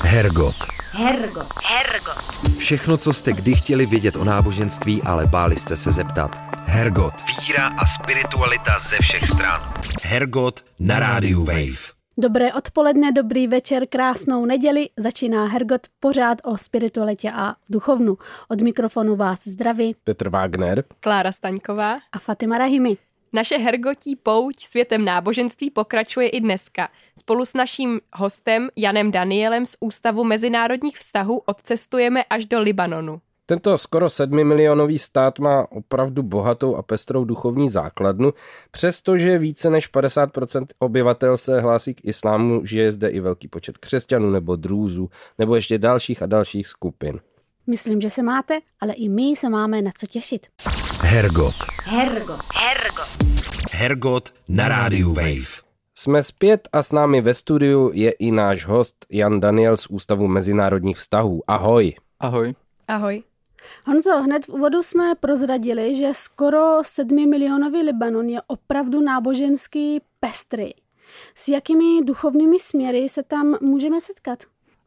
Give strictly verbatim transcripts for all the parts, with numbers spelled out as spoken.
Hergot. Hergot. Hergot. Všechno, co jste kdy chtěli vědět o náboženství, ale báli jste se zeptat. Hergot. Víra a spiritualita ze všech stran. Hergot na rádiu Wave. Dobré odpoledne, dobrý večer, krásnou neděli. Začíná Hergot, pořád o spiritualitě a duchovnu. Od mikrofonu vás zdraví Petr Wagner, Klára Staňková a Fatima Rahimi. Naše hergotí pouť světem náboženství pokračuje i dneska. Spolu s naším hostem Janem Danielem z Ústavu mezinárodních vztahů odcestujeme až do Libanonu. Tento skoro sedmimilionový stát má opravdu bohatou a pestrou duchovní základnu, přestože více než padesát procent obyvatel se hlásí k islámu, žije zde i velký počet křesťanů nebo drůzů, nebo ještě dalších a dalších skupin. Myslím, že se máte, ale i my se máme na co těšit. Hergot. Hergot. Hergot. Hergot na rádiu Wave. Jsme zpět a s námi ve studiu je i náš host Jan Daniel z Ústavu mezinárodních vztahů. Ahoj. Ahoj. Ahoj. Honzo, hned v úvodu jsme prozradili, že skoro sedmimilionový Libanon je opravdu náboženský pestrý. S jakými duchovními směry se tam můžeme setkat?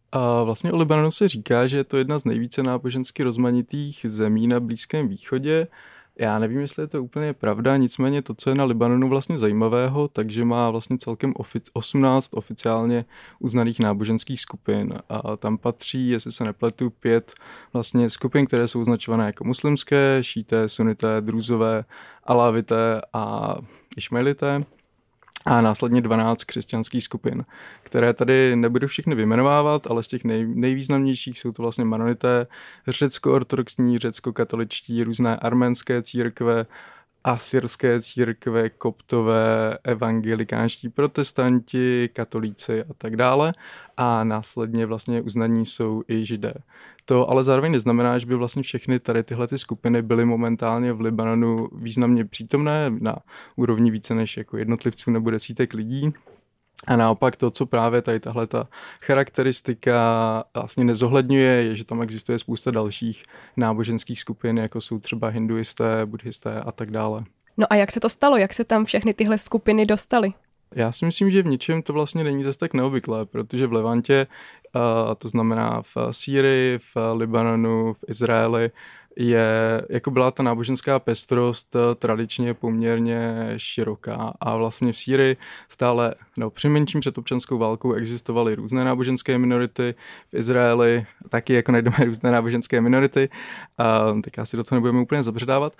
A vlastně o Libanonu se říká, že je to jedna z nejvíce nábožensky rozmanitých zemí na Blízkém východě. Já nevím, jestli je to úplně pravda, nicméně to, co je na Libanonu vlastně zajímavého, takže má vlastně celkem ofic- osmnáct oficiálně uznaných náboženských skupin. A tam patří, jestli se nepletu, pět vlastně skupin, které jsou označované jako muslimské, šíité, sunité, drůzové, alávité a išmaelité. A následně dvanáct křesťanských skupin, které tady nebudu všechny vyjmenovávat, ale z těch nej, nejvýznamnějších jsou to vlastně maronité, řecko-ortodoxní, řecko-katoličtí, různé arménské církve, asyrské církve, koptové, evangelikánští protestanti, katolíci a tak dále. A následně vlastně uznaní jsou i židé. To ale zároveň neznamená, že by vlastně všechny tady tyhle ty skupiny byly momentálně v Libanonu významně přítomné na úrovni více než jako jednotlivců nebo desítek lidí. A naopak to, co právě tady tahle ta charakteristika vlastně nezohledňuje, je, že tam existuje spousta dalších náboženských skupin, jako jsou třeba hinduisté, buddhisté a tak dále. No a jak se to stalo? Jak se tam všechny tyhle skupiny dostaly? Já si myslím, že v ničem to vlastně není zase tak neobvyklé, protože v Levantě, a to znamená v Sýrii, v Libanonu, v Izraeli, je, jako byla ta náboženská pestrost tradičně poměrně široká a vlastně v Sýrii stále, no přinejmenším před občanskou válkou existovaly různé náboženské minority, v Izraeli taky jako najdeme různé náboženské minority, a, tak asi do toho nebudeme úplně zabředávat,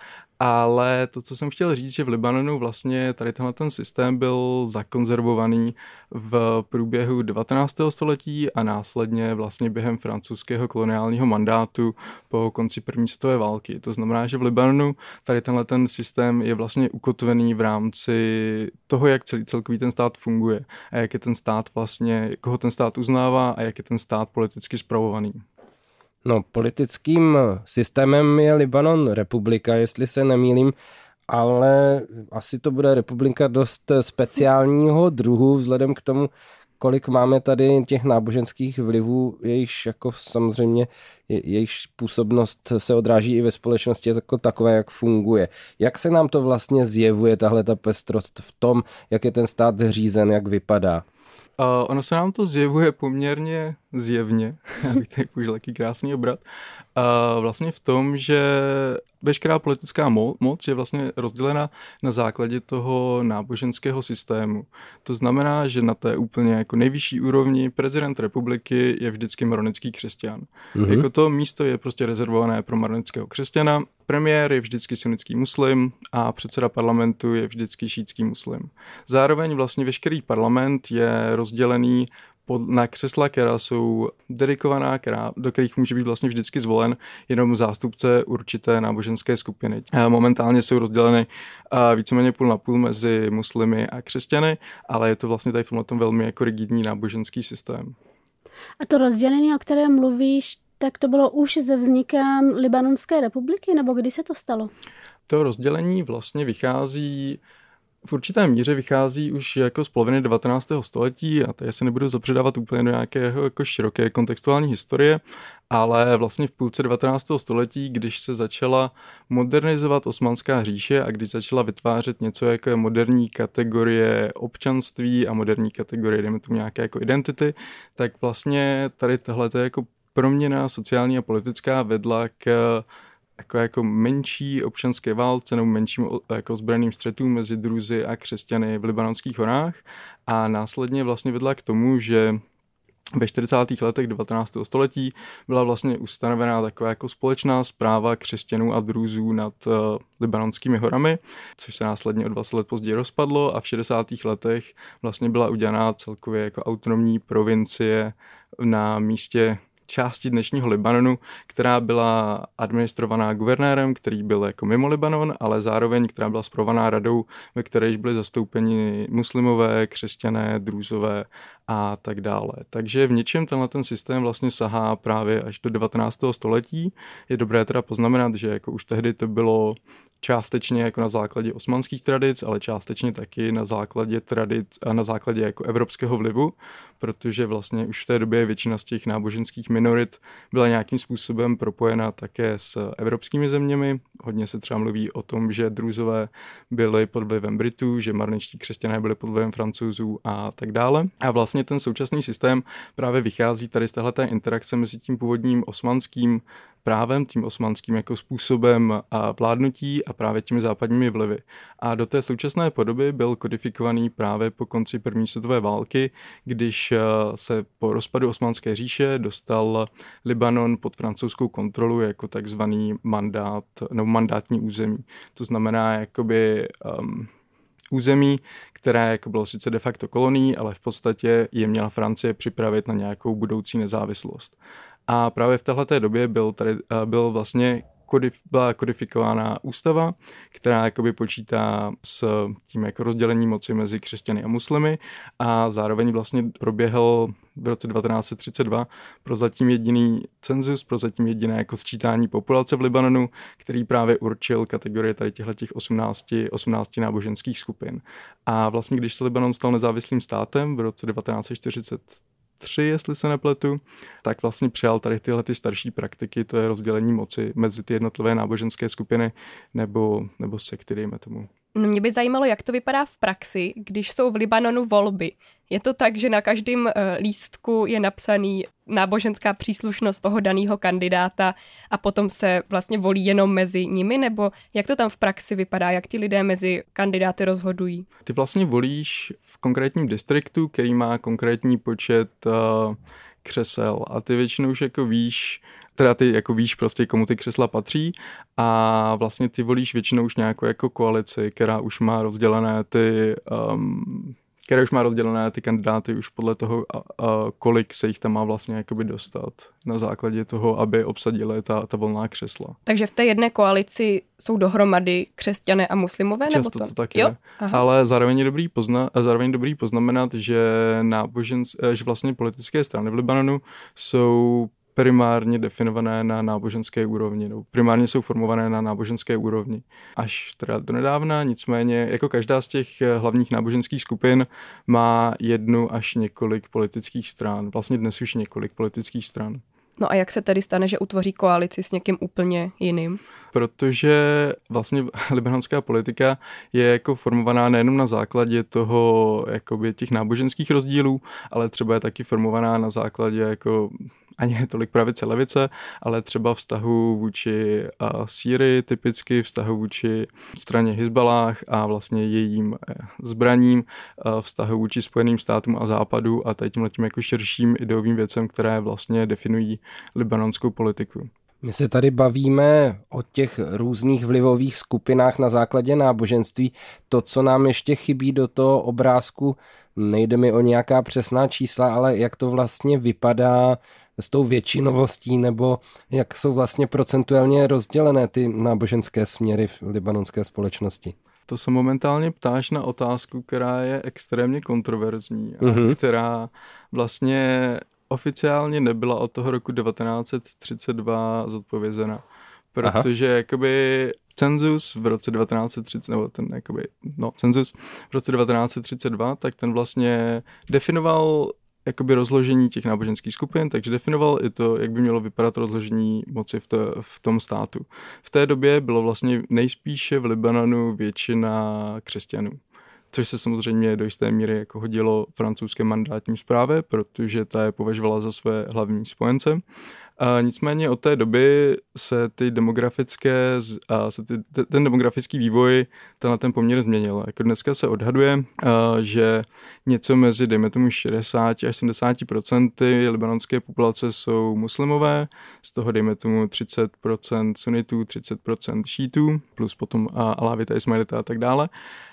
ale to, co jsem chtěl říct, že v Libanonu vlastně tady tenhle ten systém byl zakonzervovaný v průběhu devatenáctého století a následně vlastně během francouzského koloniálního mandátu po konci první světové války. To znamená, že v Libanonu tady tenhle ten systém je vlastně ukotvený v rámci toho, jak celý celkový ten stát funguje a jak je ten stát vlastně, koho ten stát uznává a jak je ten stát politicky spravovaný. No, politickým systémem je Libanon republika, jestli se nemýlím, ale asi to bude republika dost speciálního druhu vzhledem k tomu, kolik máme tady těch náboženských vlivů, jejichž jako samozřejmě jejichž působnost se odráží i ve společnosti jako takové, jak funguje. Jak se nám to vlastně zjevuje, tahle ta pestrost v tom, jak je ten stát řízen, jak vypadá? Uh, ono se nám to zjevuje poměrně zjevně, abych tady použil taký krásný obrat, uh, vlastně v tom, že veškerá politická mo- moc je vlastně rozdělena na základě toho náboženského systému. To znamená, že na té úplně jako nejvyšší úrovni prezident republiky je vždycky maronický křesťan. Mm-hmm. Jako to místo je prostě rezervované pro maronického křesťana, premiér je vždycky sunnický muslim a předseda parlamentu je vždycky šítský muslim. Zároveň vlastně veškerý parlament je rozdělený na křesla, která jsou dedikovaná, která, do kterých může být vlastně vždycky zvolen jenom zástupce určité náboženské skupiny. Momentálně jsou rozděleny víceméně půl na půl mezi muslimy a křesťany, ale je to vlastně tady v tom velmi jako rigidní náboženský systém. A to rozdělení, o kterém mluvíš, tak to bylo už se vznikem Libanonské republiky, nebo kdy se to stalo? To rozdělení vlastně vychází v určité míře vychází už jako z poloviny devatenáctého století a tady se nebudu zapředávat úplně do nějakého jako široké kontextuální historie, ale vlastně v půlce devatenáctého století, když se začala modernizovat Osmanská říše a když začala vytvářet něco jako je moderní kategorie občanství a moderní kategorie, dejme tomu nějaké jako identity, tak vlastně tady tohle jako proměna sociální a politická vedla k jako, jako menší občanské válce nebo menším jako zbrojným střetům mezi Druzy a křesťany v libanonských horách a následně vlastně vedla k tomu, že ve čtyřicátých letech devatenáctého století byla vlastně ustanovená taková jako společná správa křesťanů a Druzů nad uh, libanonskými horami, což se následně o dvacet let později rozpadlo a v šedesátých letech vlastně byla udělaná celkově jako autonomní provincie na místě části dnešního Libanonu, která byla administrovaná guvernérem, který byl jako mimo Libanon, ale zároveň, která byla spravovaná radou, ve které byli zastoupeni muslimové, křesťané, drůzové a tak dále. Takže v něčem tenhle ten systém vlastně sahá právě až do devatenáctého století. Je dobré teda poznamenat, že jako už tehdy to bylo částečně jako na základě osmanských tradic, ale částečně taky na základě tradic a na základě jako evropského vlivu, protože vlastně už v té době většina z těch náboženských minorit byla nějakým způsobem propojena také s evropskými zeměmi. Hodně se třeba mluví o tom, že Druzové byli pod vlivem Britů, že marničtí křesťané byli pod vlivem Francouzů a tak dále. A vlastně ten současný systém právě vychází tady z téhleté interakce mezi tím původním osmanským právem, tím osmanským jako způsobem a vládnutí a právě těmi západními vlivy. A do té současné podoby byl kodifikovaný právě po konci první světové války, když se po rozpadu Osmanské říše dostal Libanon pod francouzskou kontrolu jako takzvaný mandát, nebo mandátní území. To znamená jakoby um, území, které jako bylo sice de facto kolonií, ale v podstatě je měla Francie připravit na nějakou budoucí nezávislost. A právě v téhleté době byl, tady, byl vlastně kodif, byla kodifikována ústava, která jakoby počítá s tím jako rozdělením moci mezi křesťany a muslimy a zároveň vlastně proběhl v roce devatenáct set třicet dva prozatím jediný cenzus, prozatím jediné jako sčítání populace v Libanonu, který právě určil kategorie tady těchto osmnácti náboženských skupin. A vlastně když se Libanon stal nezávislým státem v roce devatenáct set čtyřicet tři, jestli se nepletu, tak vlastně přijal tady tyhle ty starší praktiky, to je rozdělení moci mezi ty jednotlivé náboženské skupiny nebo, nebo sekty, dejme tomu. No, mě by zajímalo, jak to vypadá v praxi, když jsou v Libanonu volby. Je to tak, že na každém uh, lístku je napsaný náboženská příslušnost toho daného kandidáta a potom se vlastně volí jenom mezi nimi, nebo jak to tam v praxi vypadá, jak ti lidé mezi kandidáty rozhodují? Ty vlastně volíš v konkrétním distriktu, který má konkrétní počet uh, křesel a ty většinou už jako víš, teda ty jako víš prostě, komu ty křesla patří a vlastně ty volíš většinou už nějakou jako koalici, která už má rozdělené ty um, která už má rozdělené ty kandidáty už podle toho, a, a kolik se jich tam má vlastně jakoby dostat na základě toho, aby obsadili ta, ta volná křesla. Takže v té jedné koalici jsou dohromady křesťané a muslimové? Často nebo to? to tak jo? je. Aha. Ale zároveň je dobrý, pozna, zároveň dobrý poznamenat, že, náboženc, že vlastně politické strany v Libanonu jsou primárně definované na náboženské úrovni, nebo primárně jsou formované na náboženské úrovni. Až teda do nedávna, nicméně jako každá z těch hlavních náboženských skupin má jednu až několik politických stran. Vlastně dnes už několik politických stran. No a jak se tedy stane, že utvoří koalici s někým úplně jiným? Protože vlastně libanonská politika je jako formovaná nejenom na základě toho, jakoby těch náboženských rozdílů, ale třeba je taky formovaná na základě jako ani ne tolik pravice levice, ale třeba vztahu vůči Sýrii, typicky vztahu vůči straně Hizbalách a vlastně jejím zbraním, vztahu vůči Spojeným státům a Západu a tady tímhletím jako širším ideovým věcem, které vlastně definují libanonskou politiku. My se tady bavíme o těch různých vlivových skupinách na základě náboženství. To, co nám ještě chybí do toho obrázku, nejde mi o nějaká přesná čísla, ale jak to vlastně vypadá s tou většinovostí, nebo jak jsou vlastně procentuálně rozdělené ty náboženské směry v libanonské společnosti. To se momentálně ptáš na otázku, která je extrémně kontroverzní a mm-hmm. která vlastně oficiálně nebyla od toho roku devatenáct set třicet dva zodpovězena. Protože Aha. jakoby cenzus v roce devatenáct set třicet, nebo ten jakoby, no, cenzus v roce devatenáct set třicet dva, tak ten vlastně definoval jakoby rozložení těch náboženských skupin, takže definoval i to, jak by mělo vypadat rozložení moci v, to, v tom státu. V té době bylo vlastně nejspíše v Libanonu většina křesťanů, což se samozřejmě do jisté míry jako hodilo francouzské mandátní správě, protože ta je považovala za své hlavní spojence. A nicméně od té doby se ty demografické, a se ty, ten demografický vývoj tenhle ten poměr změnil. Jako dneska se odhaduje, že něco mezi, dejme tomu, šedesát až sedmdesát procent libanonské populace jsou muslimové, z toho dejme tomu třicet procent sunitů, třicet procent šítů, plus potom alávita, ismailita a tak dále.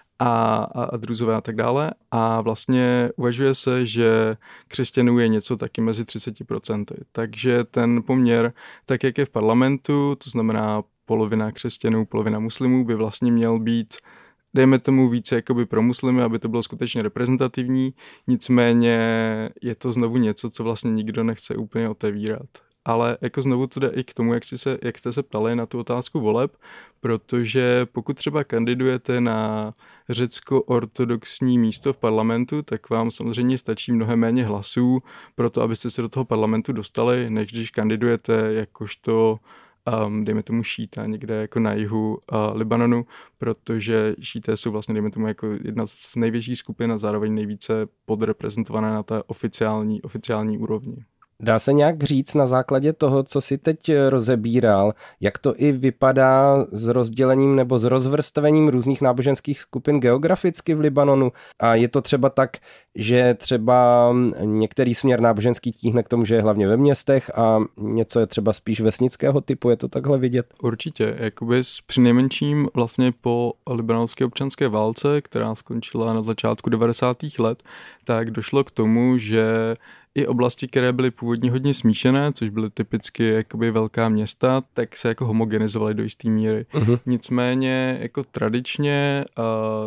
A, a, a druzové a tak dále. A vlastně uvažuje se, že křesťanů je něco taky mezi třicet procent. Takže ten poměr, tak jak je v parlamentu, to znamená polovina křesťanů, polovina muslimů, by vlastně měl být, dejme tomu, více jakoby pro muslimy, aby to bylo skutečně reprezentativní. Nicméně je to znovu něco, co vlastně nikdo nechce úplně otevírat. Ale jako znovu to jde i k tomu, jak, si se, jak jste se ptali na tu otázku voleb, protože pokud třeba kandidujete na řecko-ortodoxní místo v parlamentu, tak vám samozřejmě stačí mnohem méně hlasů pro to, abyste se do toho parlamentu dostali, než když kandidujete jakožto, um, dejme tomu, šíta někde jako na jihu uh, Libanonu, protože šíté jsou vlastně, dejme tomu, jako jedna z největších skupin a zároveň nejvíce podreprezentované na té oficiální, oficiální úrovni. Dá se nějak říct na základě toho, co si teď rozebíral, jak to i vypadá s rozdělením nebo s rozvrstvením různých náboženských skupin geograficky v Libanonu? A je to třeba tak, že třeba některý směr náboženský tíhne k tomu, že je hlavně ve městech a něco je třeba spíš vesnického typu, je to takhle vidět? Určitě, jakoby s přinejmenším vlastně po libanonské občanské válce, která skončila na začátku devadesátých let, tak došlo k tomu, že i oblasti, které byly původně hodně smíšené, což byly typicky jakoby velká města, tak se jako homogenizovaly do jisté míry. Uh-huh. Nicméně jako tradičně uh,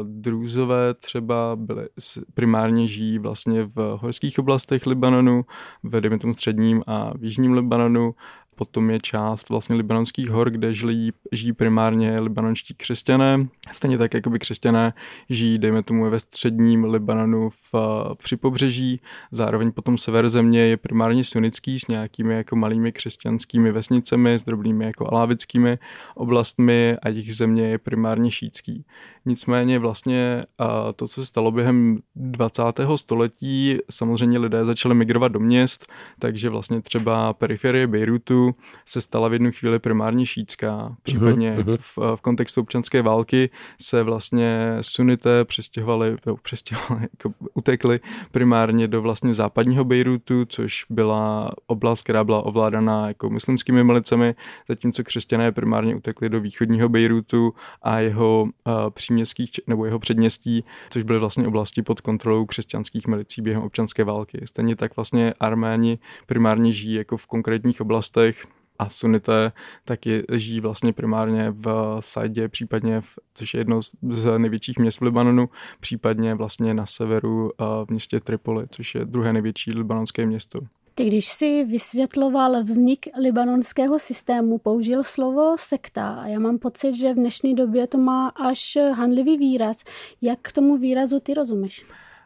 drůzové třeba byly, primárně žijí vlastně v horských oblastech Libanonu, v dejme tomu středním a v jižním Libanonu. Potom je část vlastně libanonských hor, kde žijí, žijí primárně libanonští křesťané. Stejně tak, jakoby křesťané žijí, dejme tomu, ve středním Libanonu v, při pobřeží. Zároveň potom sever země je primárně sunnický s nějakými jako malými křesťanskými vesnicemi, s drobnými jako alávickými oblastmi a jejich země je primárně šítský. Nicméně vlastně to, co se stalo během dvacátého století, samozřejmě lidé začali migrovat do měst, takže vlastně třeba periferie Bejrutu se stala v jednu chvíli primárně šítská. Případně uh-huh. v, v kontextu občanské války se vlastně sunité přestěhovali, no, přestěhovali jako utekli primárně do vlastně západního Bejrutu, což byla oblast, která byla ovládaná jako muslimskými milicemi, zatímco křesťané primárně utekli do východního Bejrutu a jeho uh, příměstských nebo jeho předměstí, což byly vlastně oblasti pod kontrolou křesťanských milicí během občanské války. Stejně tak vlastně Arméni primárně žijí jako v konkrétních oblastech a sunité taky žijí vlastně primárně v Sajdě, případně v, což je jedno z největších měst v Libanonu, případně vlastně na severu v městě Tripoli, což je druhé největší libanonské město. Ty, když si vysvětloval vznik libanonského systému, použil slovo sekta a já mám pocit, že v dnešní době to má až hanlivý výraz. Jak k tomu výrazu ty rozumíš?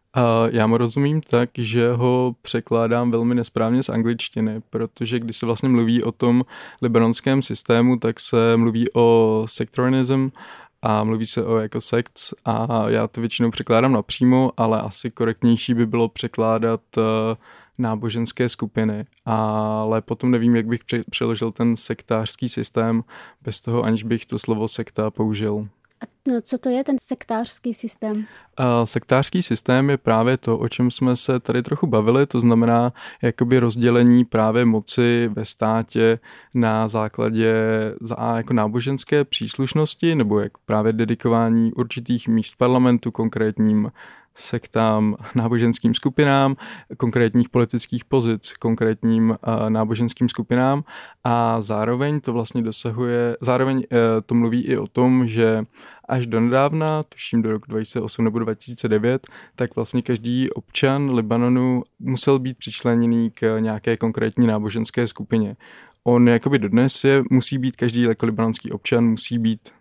Já mu rozumím tak, že ho překládám velmi nesprávně z angličtiny, protože když se vlastně mluví o tom libanonském systému, tak se mluví o sectarianism a mluví se o jako sects a já to většinou překládám napřímo, ale asi korektnější by bylo překládat náboženské skupiny, ale potom nevím, jak bych přeložil ten sektářský systém bez toho, aniž bych to slovo sekta použil. A co to je ten sektářský systém? Uh, sektářský systém je právě to, o čem jsme se tady trochu bavili, to znamená jakoby rozdělení právě moci ve státě na základě za jako náboženské příslušnosti nebo jako právě dedikování určitých míst parlamentu konkrétním sektám, náboženským skupinám, konkrétních politických pozic, konkrétním uh, náboženským skupinám a zároveň to vlastně dosahuje, zároveň uh, to mluví i o tom, že až donedávna, tuším do roku dva tisíce osm nebo dva tisíce devět, tak vlastně každý občan Libanonu musel být přičleněný k nějaké konkrétní náboženské skupině. On jakoby dodnes je, musí být každý jako libanonský občan, musí být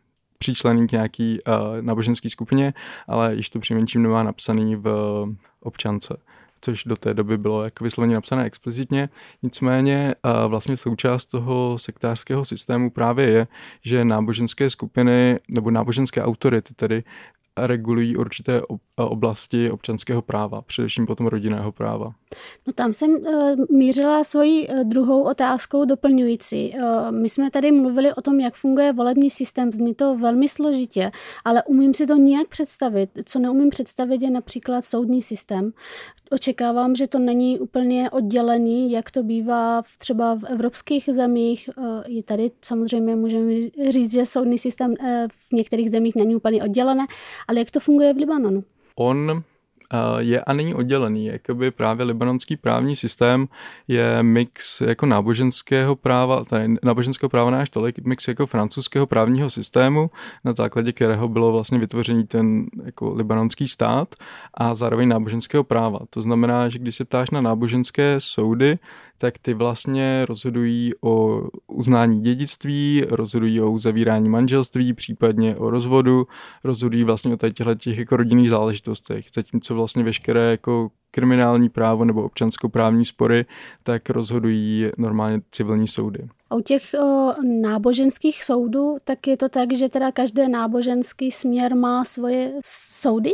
přičlený k nějaký uh, náboženský skupině, ale již to přinejmenším nemá napsaný v občance, což do té doby bylo jako vysloveně napsané explicitně. Nicméně uh, vlastně součást toho sektářského systému právě je, že náboženské skupiny nebo náboženské autority tedy regulují určité oblasti občanského práva, především potom rodinného práva. No tam jsem uh, mířila svojí uh, druhou otázkou doplňující. Uh, my jsme tady mluvili o tom, jak funguje volební systém, zní to velmi složitě, ale umím si to nějak představit. Co neumím představit je například soudní systém. Očekávám, že to není úplně oddělený, jak to bývá v, třeba v evropských zemích. Uh, I tady samozřejmě můžeme říct, že soudní systém uh, v některých zemích není úplně oddělený, ale jak to funguje v Libanonu? On je a není oddělený. Jakoby právě libanonský právní systém je mix jako náboženského práva, tady náboženského práva ne až tolik, mix jako francouzského právního systému, na základě kterého bylo vlastně vytvořený ten jako libanonský stát a zároveň náboženského práva. To znamená, že když se ptáš na náboženské soudy, tak ty vlastně rozhodují o uznání dědictví, rozhodují o uzavírání manželství, případně o rozvodu, rozhodují vlastně o těchto těch jako rodinných záležitostech. Zatímco vlastně veškeré jako kriminální právo nebo občanskoprávní spory, tak rozhodují normálně civilní soudy. A u těch o, náboženských soudů, tak je to tak, že teda každý náboženský směr má svoje soudy?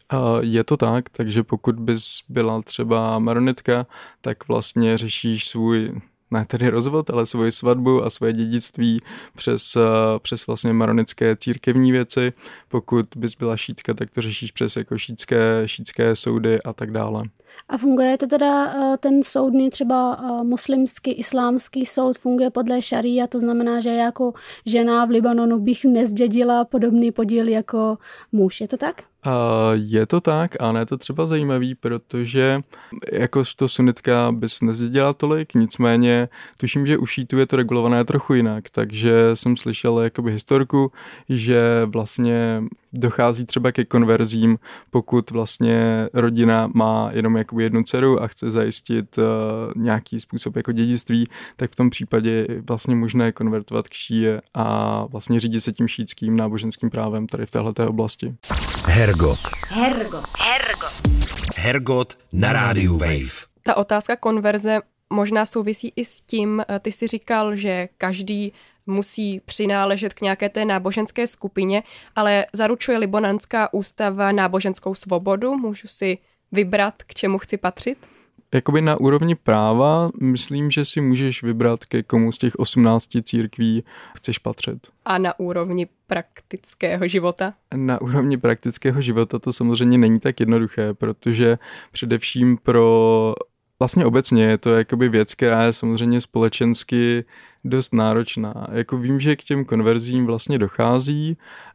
Je to tak, takže pokud bys byla třeba maronitka, tak vlastně řešíš svůj, ne tedy rozvod, ale svoji svatbu a svoje dědictví přes, přes vlastně maronické církevní věci. Pokud bys byla šítka, tak to řešíš přes jako šítské, šítské soudy a tak dále. A funguje to teda ten soudný, třeba muslimský, islámský soud funguje podle šaría, to znamená, že jako žena v Libanonu bych nezdědila podobný podíl jako muž, je to tak? Uh, je to tak, a ne to třeba zajímavý, protože jako to sunitka bys nezdědila tolik, nicméně tuším, že u šítů je to regulované trochu jinak, takže jsem slyšel jakoby historku, že vlastně dochází třeba ke konverzím, pokud vlastně rodina má jenom jakoby jednu dceru a chce zajistit uh, nějaký způsob jako dědictví, tak v tom případě je vlastně možné konvertovat k šíje a vlastně řídit se tím šítským náboženským právem tady v téhleté oblasti. Hergot. Hergot. Hergot. Hergot na rádiu Wave. Ta otázka konverze možná souvisí i s tím, ty si říkal, že každý musí přináležet k nějaké té náboženské skupině, ale zaručuje libanonská ústava náboženskou svobodu? Můžu si vybrat, k čemu chci patřit? Jakoby na úrovni práva myslím, že si můžeš vybrat, ke komu z těch osmnácti církví chceš patřit. A na úrovni praktického života? Na úrovni praktického života to samozřejmě není tak jednoduché, protože především pro vlastně obecně je to jakoby věc, která je samozřejmě společensky dost náročná. Jako vím, že k těm konverzím vlastně dochází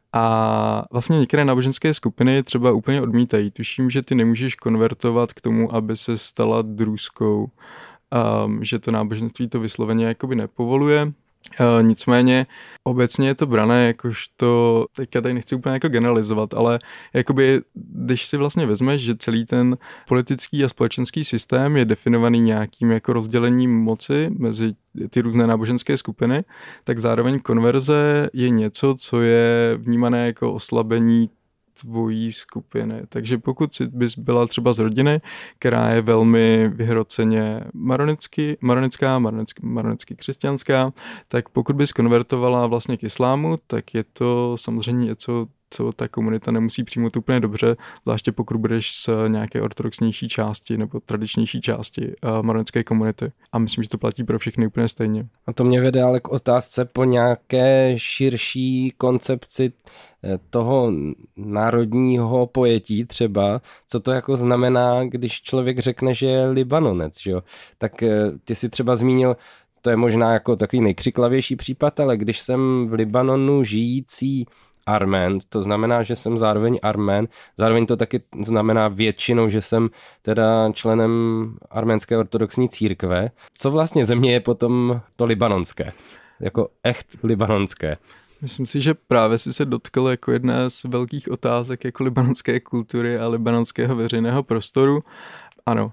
a vlastně některé náboženské skupiny třeba úplně odmítají. Tuším, že ty nemůžeš konvertovat k tomu, aby se stala drůzkou, um, že to náboženství to vysloveně jakoby nepovoluje. Uh, nicméně obecně je to brané jakožto, teďka tady nechci úplně jako generalizovat, ale jakoby, když si vlastně vezmeš, že celý ten politický a společenský systém je definovaný nějakým jako rozdělením moci mezi ty různé náboženské skupiny, tak zároveň konverze je něco, co je vnímané jako oslabení tvojí skupiny. Takže pokud si bys byla třeba z rodiny, která je velmi vyhroceně maronicky, maronická, maronicky, maronicky křesťanská, tak pokud bys konvertovala vlastně k islámu, tak je to samozřejmě něco, co ta komunita nemusí přijmout úplně dobře, zvláště pokud budeš z nějaké ortodoxnější části nebo tradičnější části uh, maronické komunity. A myslím, že to platí pro všechny úplně stejně. A to mě vede ale k otázce po nějaké širší koncepci toho národního pojetí třeba, co to jako znamená, když člověk řekne, že je Libanonec, že jo? Tak ty si třeba zmínil, to je možná jako takový nejkřiklavější případ, ale když jsem v Libanonu žijící Armén, to znamená, že jsem zároveň Armén, zároveň to taky znamená většinou, že jsem teda členem arménské ortodoxní církve. Co vlastně země je potom to libanonské? Jako echt libanonské. Myslím si, že právě si se dotkl jako jedné z velkých otázek jako libanonské kultury a libanonského veřejného prostoru. Ano.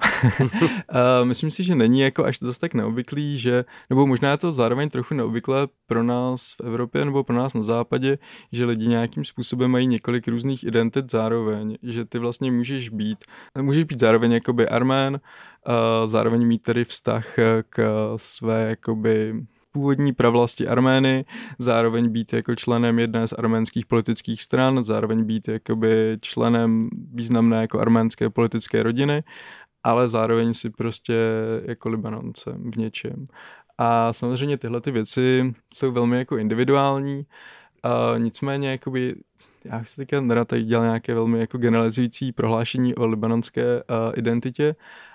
Myslím si, že není jako až zase tak neobvyklý, že, nebo možná je to zároveň trochu neobvyklé pro nás v Evropě nebo pro nás na západě, že lidi nějakým způsobem mají několik různých identit zároveň, že ty vlastně můžeš být, můžeš být zároveň jakoby Armén, zároveň mít tedy vztah k své jakoby původní pravlasti Armény, zároveň být jako členem jedné z arménských politických stran, zároveň být jakoby členem významné jako arménské politické rodiny, ale zároveň si prostě jako Libanoncem v něčem. A samozřejmě tyhle ty věci jsou velmi jako individuální, a nicméně jakoby já bych si teďka nerad tady dělal nějaké velmi jako generalizující prohlášení o libanonské uh, identitě,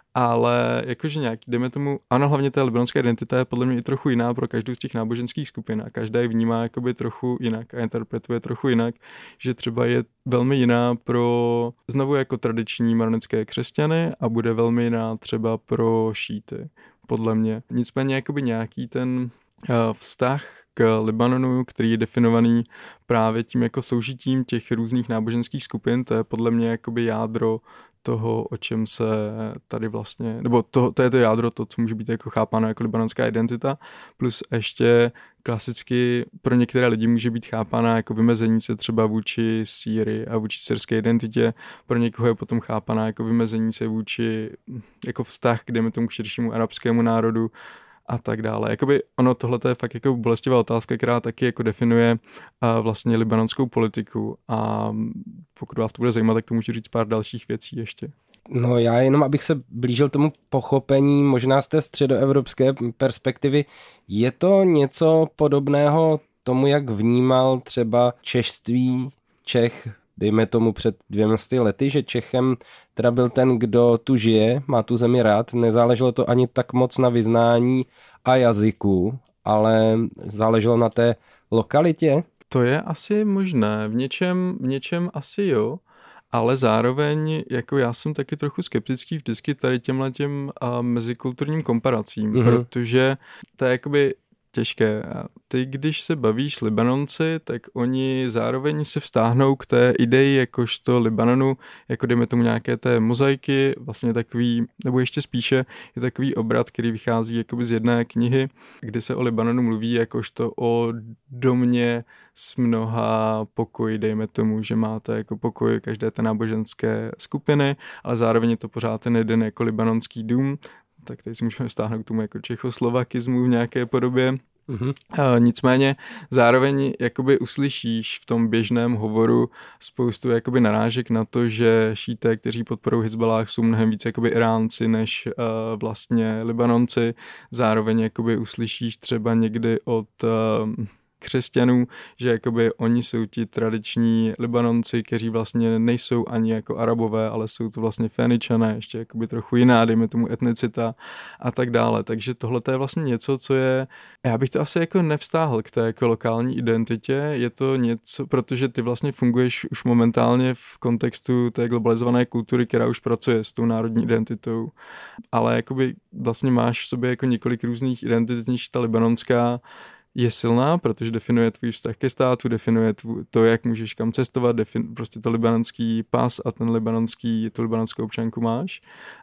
ale jakože nějaký, dejme tomu, ano, hlavně ta libanonská identita je podle mě i trochu jiná pro každou z těch náboženských skupin a každá ji vnímá jakoby trochu jinak a interpretuje trochu jinak, že třeba je velmi jiná pro znovu jako tradiční maronické křesťany a bude velmi jiná třeba pro šíty, podle mě. Nicméně jakoby nějaký ten uh, vztah k Libanonu, který je definovaný právě tím jako soužitím těch různých náboženských skupin, to je podle mě jakoby jádro toho, o čem se tady vlastně, nebo to, to je to jádro, to, co může být jako chápáno jako libanonská identita, plus ještě klasicky pro některé lidi může být chápána jako vymezení se třeba vůči Sýrii a vůči syrské identitě, pro někoho je potom chápána jako vymezení se vůči jako vztah k dejme tomu k širšímu arabskému národu a tak dále. Jakoby ono tohle je fakt jako bolestivá otázka, která taky jako definuje uh, vlastně libanonskou politiku a pokud vás to bude zajímat, tak to můžu říct pár dalších věcí ještě. No já jenom, abych se blížil tomu pochopení, možná z té středoevropské perspektivy, je to něco podobného tomu, jak vnímal třeba češství Čech, dejme tomu před dvěma sty lety, že Čechem teda byl ten, kdo tu žije, má tu zemi rád, nezáleželo to ani tak moc na vyznání a jazyku, ale záleželo na té lokalitě? To je asi možné, v něčem, v něčem asi jo, ale zároveň jako já jsem taky trochu skeptický vždycky tady těmhle těm a mezikulturním komparacím, mm-hmm. protože to je jakoby těžké. Ty, když se bavíš s Libanonci, tak oni zároveň se vztáhnou k té ideji jakožto Libanonu, jako dejme tomu nějaké té mozaiky, vlastně takový, nebo ještě spíše je takový obrat, který vychází jakoby z jedné knihy, kdy se o Libanonu mluví jakožto o domě s mnoha pokoji, dejme tomu, že máte jako pokoj každé té náboženské skupiny, ale zároveň je to pořád ten jeden jako libanonský dům, tak tady si můžeme stáhnout k tomu jako čechoslovakismu v nějaké podobě. Mm-hmm. Uh, nicméně zároveň jakoby uslyšíš v tom běžném hovoru spoustu jakoby narážek na to, že šíté, kteří podporují Hizballáh, jsou mnohem víc jakoby Iránci než uh, vlastně Libanonci. Zároveň jakoby uslyšíš třeba někdy od uh, křesťanů, že jakoby oni jsou ti tradiční Libanonci, kteří vlastně nejsou ani jako Arabové, ale jsou to vlastně Féničané, ještě jakoby trochu jiná, dejme tomu etnicita a tak dále. Takže tohle je vlastně něco, co je, já bych to asi jako nevztáhl k té jako lokální identitě, je to něco, protože ty vlastně funguješ už momentálně v kontextu té globalizované kultury, která už pracuje s tou národní identitou, ale jakoby vlastně máš v sobě jako několik různých identit, než ta libanonská je silná, protože definuje tvůj vztah ke státu, definuje tvů, to, jak můžeš kam cestovat, defin, prostě to libanonský pas a ten libanonský, tu libanonskou občanku máš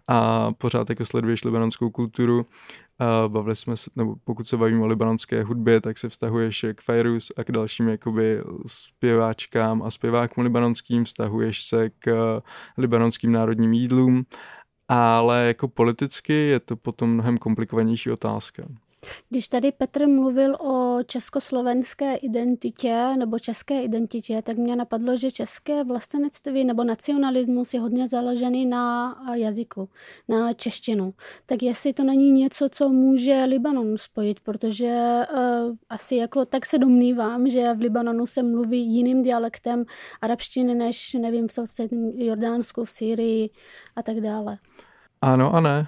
a pořád jako sleduješ libanonskou kulturu. A bavili jsme se, nebo pokud se bavíme o libanonské hudbě, tak se vztahuješ k Fairuz a k dalším jakoby zpěváčkám a zpěvákům libanonským, vztahuješ se k libanonským národním jídlům, ale jako politicky je to potom mnohem komplikovanější otázka. Když tady Petr mluvil o československé identitě nebo české identitě, tak mě napadlo, že české vlastenectví nebo nacionalismus je hodně založený na jazyku, na češtinu. Tak jestli to není něco, co může Libanon spojit, protože uh, asi jako tak se domnívám, že v Libanonu se mluví jiným dialektem arabštiny než, nevím, v sousedním Jordánsku, v Sýrii a tak dále. Ano a ne,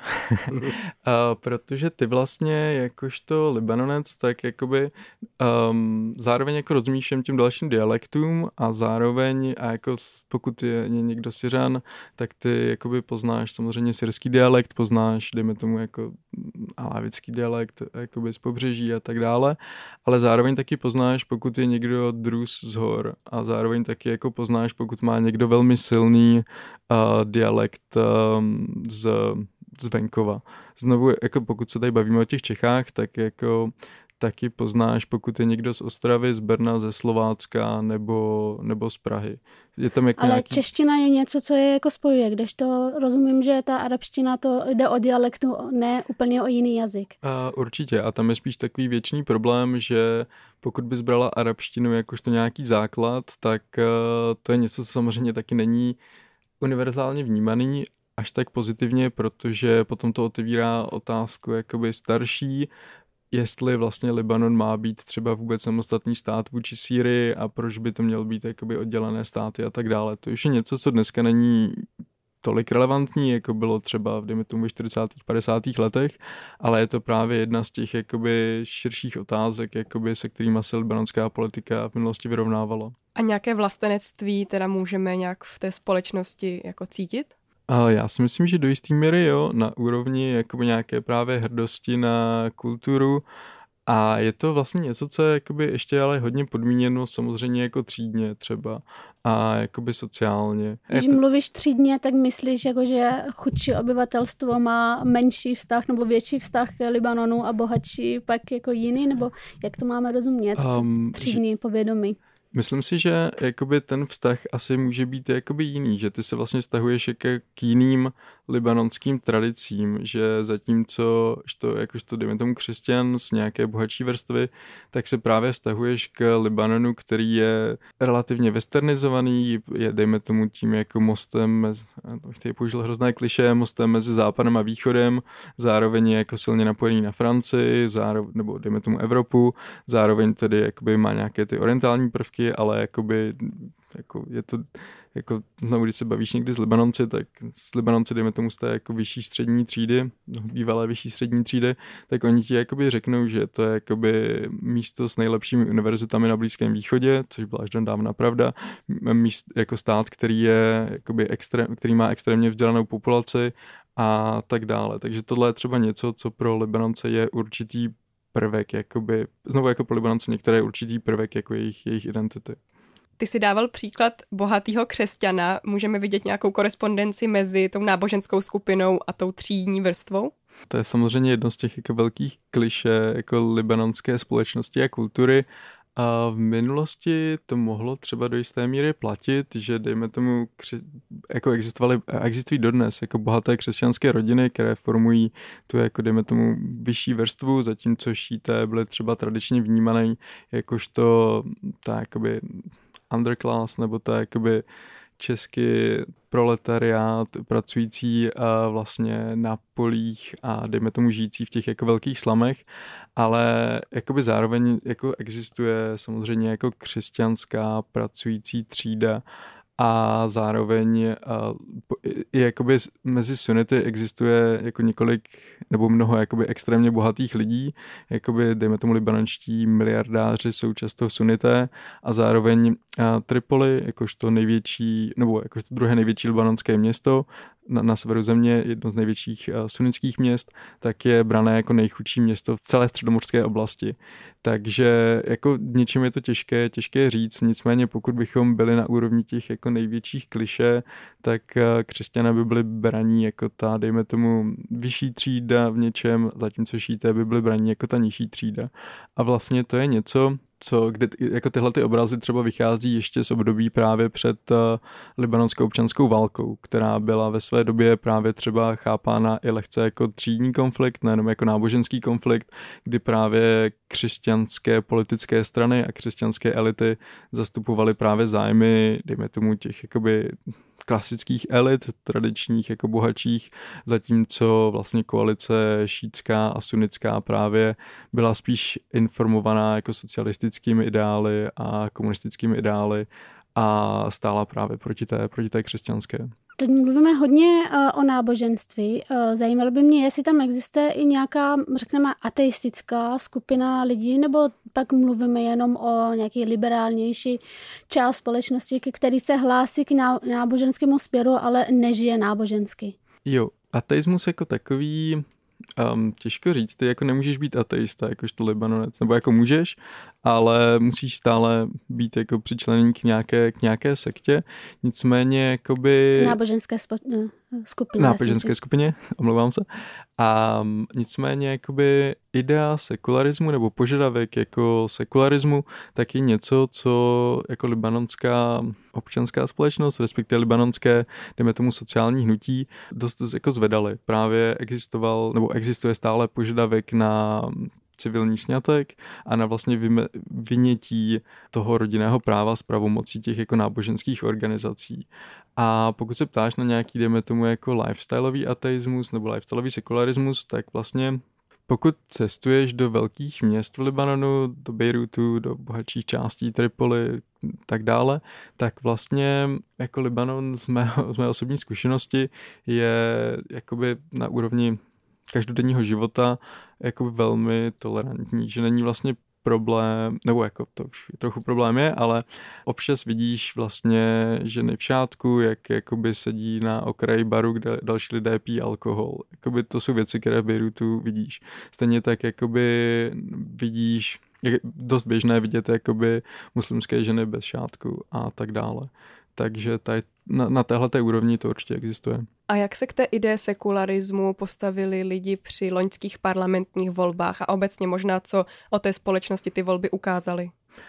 a protože ty vlastně jakožto Libanonec, tak jakoby um, zároveň jako rozumíš všem těm dalším dialektům a zároveň a jako pokud je někdo Syřan, tak ty jakoby poznáš samozřejmě syrský dialekt, poznáš dejme tomu jako alávický dialekt jakoby z pobřeží a tak dále, ale zároveň taky poznáš, pokud je někdo Drus z hor a zároveň taky jako poznáš, pokud má někdo velmi silný uh, dialekt um, z z venkova. Znovu, jako pokud se tady bavíme o těch Čechách, tak jako taky poznáš, pokud je někdo z Ostravy, z Brna, ze Slovácka nebo, nebo z Prahy. Je tam jako Ale nějaký... čeština je něco, co je jako spojuje, kdežto rozumím, že ta arabština to jde o dialektu, ne úplně o jiný jazyk. A určitě. A tam je spíš takový věčný problém, že pokud bys brala arabštinu jakožto nějaký základ, tak uh, to je něco, co samozřejmě taky není univerzálně vnímaný až tak pozitivně, protože potom to otevírá otázku jakoby starší, jestli vlastně Libanon má být třeba vůbec samostatný stát vůči Sýrii a proč by to měl být jakoby oddělené státy a tak dále. To už je něco, co dneska není tolik relevantní, jako bylo třeba v dejme tomu čtyřicátých padesátých letech, ale je to právě jedna z těch jakoby širších otázek, jakoby, se kterými se libanonská politika v minulosti vyrovnávala. A nějaké vlastenectví teda můžeme nějak v té společnosti jako cítit? A já si myslím, že do jistý míry jo, na úrovni jakoby nějaké právě hrdosti na kulturu a je to vlastně něco, co je jakoby ještě ale hodně podmíněno samozřejmě jako třídně třeba a jakoby sociálně. Když to... mluvíš třídně, tak myslíš, jako, že chudší obyvatelstvo má menší vztah nebo větší vztah k Libanonu a bohatší pak jako jiný, nebo jak to máme rozumět, um, třídní že... povědomí? Myslím si, že jakoby ten vztah asi může být jakoby jiný, že ty se vlastně vztahuješ jako k jiným libanonským tradicím, že zatímco, to, jakožto dejme tomu křesťan z nějaké bohatší vrstvy, tak se právě vztahuješ k Libanonu, který je relativně westernizovaný, je dejme tomu tím jako mostem, mezi, tady použil hrozné klišé, mostem mezi západem a východem, zároveň je jako silně napojený na Francii, zároveň, nebo dejme tomu Evropu, zároveň tedy jakoby má nějaké ty orientální prvky, ale jakoby jako je to, jako znovu, když se bavíš někdy s Libanonci, tak s Libanonci, dejme tomu z té jako vyšší střední třídy, bývalé vyšší střední třídy, tak oni ti jakoby řeknou, že to je jakoby místo s nejlepšími univerzitami na Blízkém východě, což byla až dávna pravda, míst, jako stát, který je jakoby extrém, který má extrémně vzdělanou populaci a tak dále. Takže tohle je třeba něco, co pro Libanonce je určitý prvek, jakoby, znovu jako pro Libanonce některé určitý prvek jako jejich, jejich identity. Ty si dával příklad bohatého křesťana. Můžeme vidět nějakou korespondenci mezi tou náboženskou skupinou a tou třídní vrstvou? To je samozřejmě jedno z těch jako velkých klišé jako libanonské společnosti a kultury. A v minulosti to mohlo třeba do jisté míry platit, že dejme tomu, jako existovaly, existují dodnes jako bohaté křesťanské rodiny, které formují tu jako dejme tomu vyšší vrstvu, zatímco šíité byly třeba tradičně vnímané jakožto ta jakoby underclass, nebo ta jakoby česky proletariát pracující a vlastně na polích a dejme tomu žijící v těch jako velkých slamech, ale jakoby zároveň jako existuje samozřejmě jako křesťanská pracující třída a zároveň a, i jakoby mezi sunity existuje jako několik nebo mnoho jakoby extrémně bohatých lidí, jakoby dejme tomu libanonští miliardáři jsou často sunité a zároveň a, Tripoli, jakožto největší, nebo jakožto druhé největší libanonské město na, na severu země, jedno z největších a, sunnických měst, tak je brané jako nejchudší město v celé středomořské oblasti. Takže jako něčím je to těžké, těžké říct, nicméně pokud bychom byli na úrovni těch jako největších klišé, tak křesťané by byli braní jako ta, dejme tomu, vyšší třída v něčem, zatímco šíité by byli braní jako ta nižší třída. A vlastně to je něco, co, kde jako tyhle ty obrazy třeba vychází ještě z období právě před uh, libanonskou občanskou válkou, která byla ve své době právě třeba chápána i lehce jako třídní konflikt, nejenom jako náboženský konflikt, kdy právě křesťanské politické strany a křesťanské elity zastupovaly právě zájmy, dejme tomu těch jakoby klasických elit, tradičních jako bohatších, zatímco vlastně koalice šítská a sunnická právě byla spíš informovaná jako socialistickými ideály a komunistickými ideály a stála právě proti té, proti té křesťanské. Teď mluvíme hodně uh, o náboženství. Uh, zajímalo by mě, jestli tam existuje i nějaká, řekněme, ateistická skupina lidí, nebo pak mluvíme jenom o nějaký liberálnější část společnosti, který se hlásí k náboženskému směru, ale nežije nábožensky. Jo, ateismus jako takový Um, těžko říct, ty jako nemůžeš být ateista, jakožto Libanonec, nebo jako můžeš, ale musíš stále být jako přičleněný k nějaké, k nějaké sektě, nicméně jakoby... Náboženské spo- skupině. Náboženské skupině, omlouvám se. A nicméně jakoby idea sekularismu nebo požadavek jako sekularismu tak je něco, co jako libanonská občanská společnost, respektive libanonské, dejme tomu sociální hnutí, dost, dost jako zvedali. Právě existoval, nebo existuje stále požadavek na civilní sňatek a na vlastně vynětí toho rodinného práva z pravomocí těch jako náboženských organizací. A pokud se ptáš na nějaký, dejme tomu jako lifestyleový ateismus nebo lifestyleový sekularismus, tak vlastně pokud cestuješ do velkých měst v Libanonu, do Bejrutu, do bohatších částí Tripoli, tak dále, tak vlastně jako Libanon z mého, z mé osobní zkušenosti je jakoby na úrovni každodenního života jako velmi tolerantní, že není vlastně problém, nebo jako to už trochu problém je, ale občas vidíš vlastně ženy v šátku, jak jakoby sedí na okraji baru, kde další lidé pijí alkohol. Jakoby to jsou věci, které v Bejrutu vidíš. Stejně tak jakoby vidíš, je dost běžné vidět jakoby muslimské ženy bez šátku a tak dále. Takže tady na, na téhleté úrovni to určitě existuje. A jak se k té ideje sekularismu postavili lidi při loňských parlamentních volbách a obecně možná, co o té společnosti ty volby ukázaly?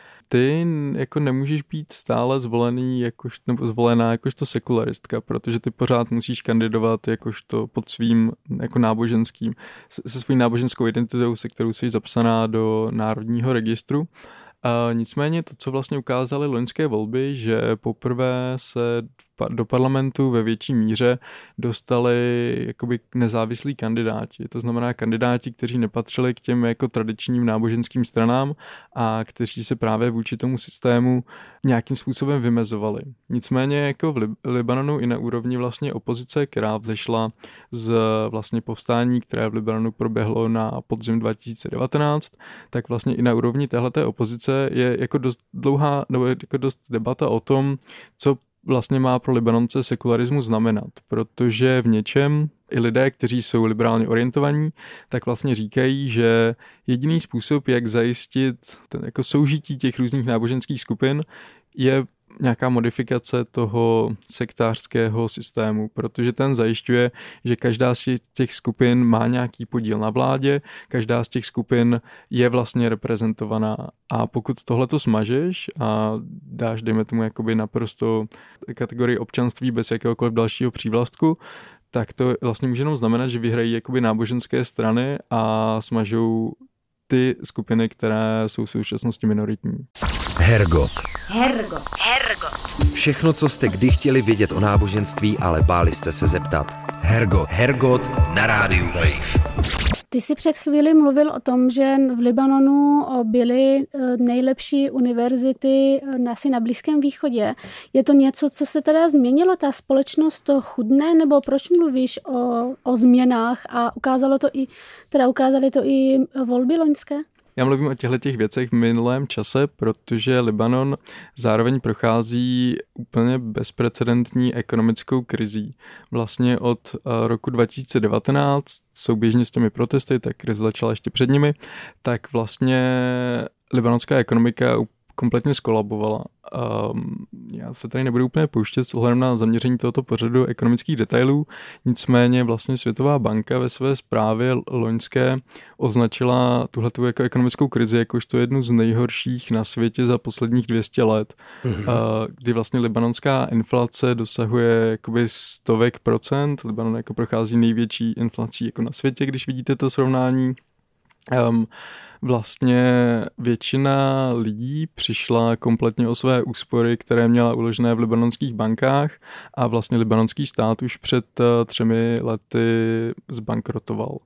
Ty jako nemůžeš být stále zvolený jakož, nebo zvolená jakožto sekularistka, protože ty pořád musíš kandidovat jakožto pod svým jako náboženským, se svou náboženskou identitou, se kterou jsi zapsaná do Národního registru. A nicméně to, co vlastně ukázaly loňské volby, že poprvé se do parlamentu ve větší míře dostali jakoby nezávislí kandidáti. To znamená kandidáti, kteří nepatřili k těm jako tradičním náboženským stranám a kteří se právě vůči tomu systému nějakým způsobem vymezovali. Nicméně jako v Libanonu i na úrovni vlastně opozice, která vzešla z vlastně povstání, které v Libanonu proběhlo na podzim dva tisíce devatenáct, tak vlastně i na úrovni téhleté opozice je jako dost dlouhá, nebo jako dost debata o tom, co vlastně má pro Libanonce sekularismus znamenat, protože v něčem i lidé, kteří jsou liberálně orientovaní, tak vlastně říkají, že jediný způsob, jak zajistit ten jako soužití těch různých náboženských skupin, je nějaká modifikace toho sektářského systému, protože ten zajišťuje, že každá z těch skupin má nějaký podíl na vládě, každá z těch skupin je vlastně reprezentovaná a pokud tohleto smažeš a dáš, dejme tomu, jakoby naprosto kategorii občanství bez jakéhokoliv dalšího přívlastku, tak to vlastně může jenom znamenat, že vyhrají jakoby náboženské strany a smažou ty skupiny, které jsou v současnosti minoritní. Hergot. Hergot. Hergot. Všechno, co jste kdy chtěli vědět o náboženství, ale báli jste se zeptat. Hergot. Hergot na rádiu Wave. Ty jsi před chvíli mluvil o tom, že v Libanonu byly nejlepší univerzity asi na Blízkém východě. Je to něco, co se teda změnilo? Ta společnost to chudne? Nebo proč mluvíš o, o změnách a ukázalo to i, teda ukázaly to i volby loňské? Já mluvím o těchto těch věcech v minulém čase, protože Libanon zároveň prochází úplně bezprecedentní ekonomickou krizí. Vlastně od roku dva tisíce devatenáct, souběžně s těmi protesty, tak krize začala ještě před nimi, tak vlastně libanonská ekonomika kompletně skolabovala. Um, já se tady nebudu úplně pouštět s ohledem na zaměření tohoto pořadu ekonomických detailů, nicméně vlastně Světová banka ve své zprávě loňské označila tuhletu jako ekonomickou krizi jakožto jednu z nejhorších na světě za posledních dvě stě let, mm-hmm. uh, kdy vlastně libanonská inflace dosahuje jakoby stovek procent, Libanon jako prochází největší inflací jako na světě, když vidíte to srovnání. Um, vlastně většina lidí přišla kompletně o své úspory, které měla uložené v libanonských bankách a vlastně libanonský stát už před uh, třemi lety zbankrotoval.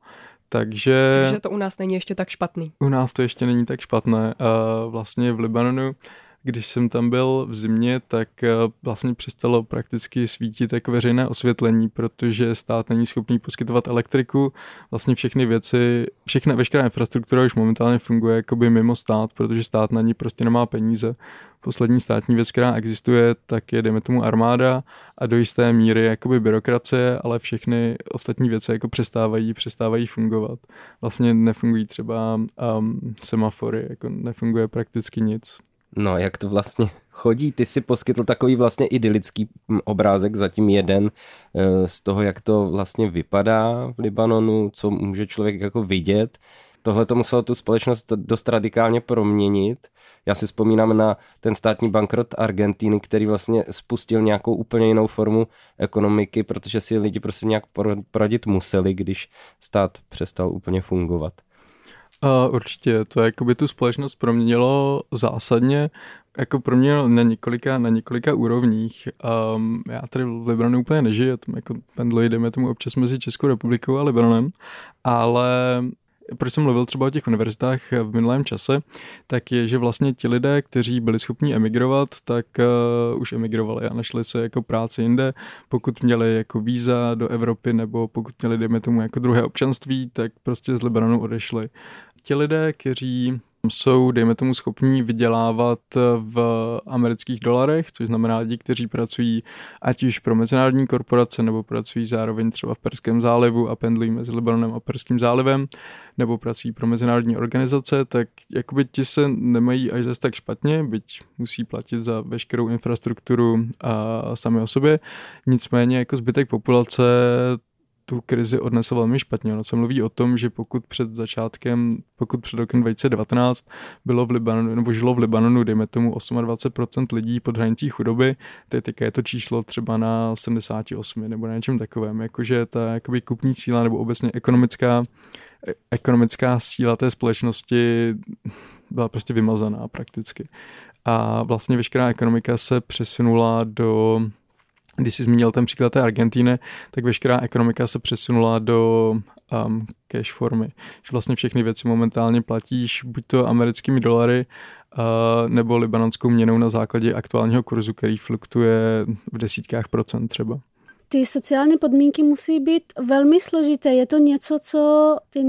Takže, Takže to u nás není ještě tak špatný. U nás to ještě není tak špatné. Uh, vlastně v Libanonu když jsem tam byl v zimě, tak vlastně přestalo prakticky svítit jako veřejné osvětlení, protože stát není schopný poskytovat elektriku. Vlastně všechny věci, všechna veškerá infrastruktura už momentálně funguje jakoby mimo stát, protože stát na ní prostě nemá peníze. Poslední státní věc, která existuje, tak je, dejme tomu, armáda a do jisté míry jakoby byrokracie, ale všechny ostatní věci jako přestávají, přestávají fungovat. Vlastně nefungují třeba um, semafory, jako nefunguje prakticky nic. No, jak to vlastně chodí? Ty si poskytl takový vlastně idylický obrázek, zatím jeden z toho, jak to vlastně vypadá v Libanonu, co může člověk jako vidět. Tohle to muselo tu společnost dost radikálně proměnit. Já si vzpomínám na ten státní bankrot Argentiny, který vlastně spustil nějakou úplně jinou formu ekonomiky, protože si lidi prostě nějak poradit museli, když stát přestal úplně fungovat. Uh, určitě, to jakoby tu společnost proměnilo zásadně, jako proměnilo na několika, na několika úrovních. Um, já tady v Libanonu úplně nežiju, tam jako pendluji, dejme tomu občas mezi Českou republikou a Libanonem, ale proč jsem mluvil třeba o těch univerzitách v minulém čase, tak je, že vlastně ti lidé, kteří byli schopni emigrovat, tak uh, už emigrovali a našli se jako práci jinde. Pokud měli jako víza do Evropy nebo pokud měli, dejme tomu, jako druhé občanství, tak prostě z Libanonu odešli. Ti lidé, kteří jsou, dejme tomu, schopní vydělávat v amerických dolarech, což znamená lidi, kteří pracují ať už pro mezinárodní korporace, nebo pracují zároveň třeba v Perském zálivu a pendlují mezi Libanonem a Perským zálivem, nebo pracují pro mezinárodní organizace, tak jakoby ti se nemají až zase tak špatně, byť musí platit za veškerou infrastrukturu a sami o sobě. Nicméně jako zbytek populace tu krizi odnesl velmi špatně. Ono se mluví o tom, že pokud před začátkem, pokud před rokem dva tisíce devatenáct bylo v Libanonu, nebo žilo v Libanonu, dejme tomu dvacet osm procent lidí pod hranicí chudoby, teď je to číslo třeba na sedmdesát osm nebo na něčem takovém. Jakože ta jakoby kupní síla nebo obecně ekonomická, ekonomická síla té společnosti byla prostě vymazaná prakticky. A vlastně veškerá ekonomika se přesunula do... Když jsi zmínil ten příklad té Argentiny, tak veškerá ekonomika se přesunula do um, cash formy. Že vlastně všechny věci momentálně platíš buď to americkými dolary, uh, nebo libanonskou měnou na základě aktuálního kurzu, který fluktuje v desítkách procent třeba. Ty sociální podmínky musí být velmi složité. Je to něco, co ty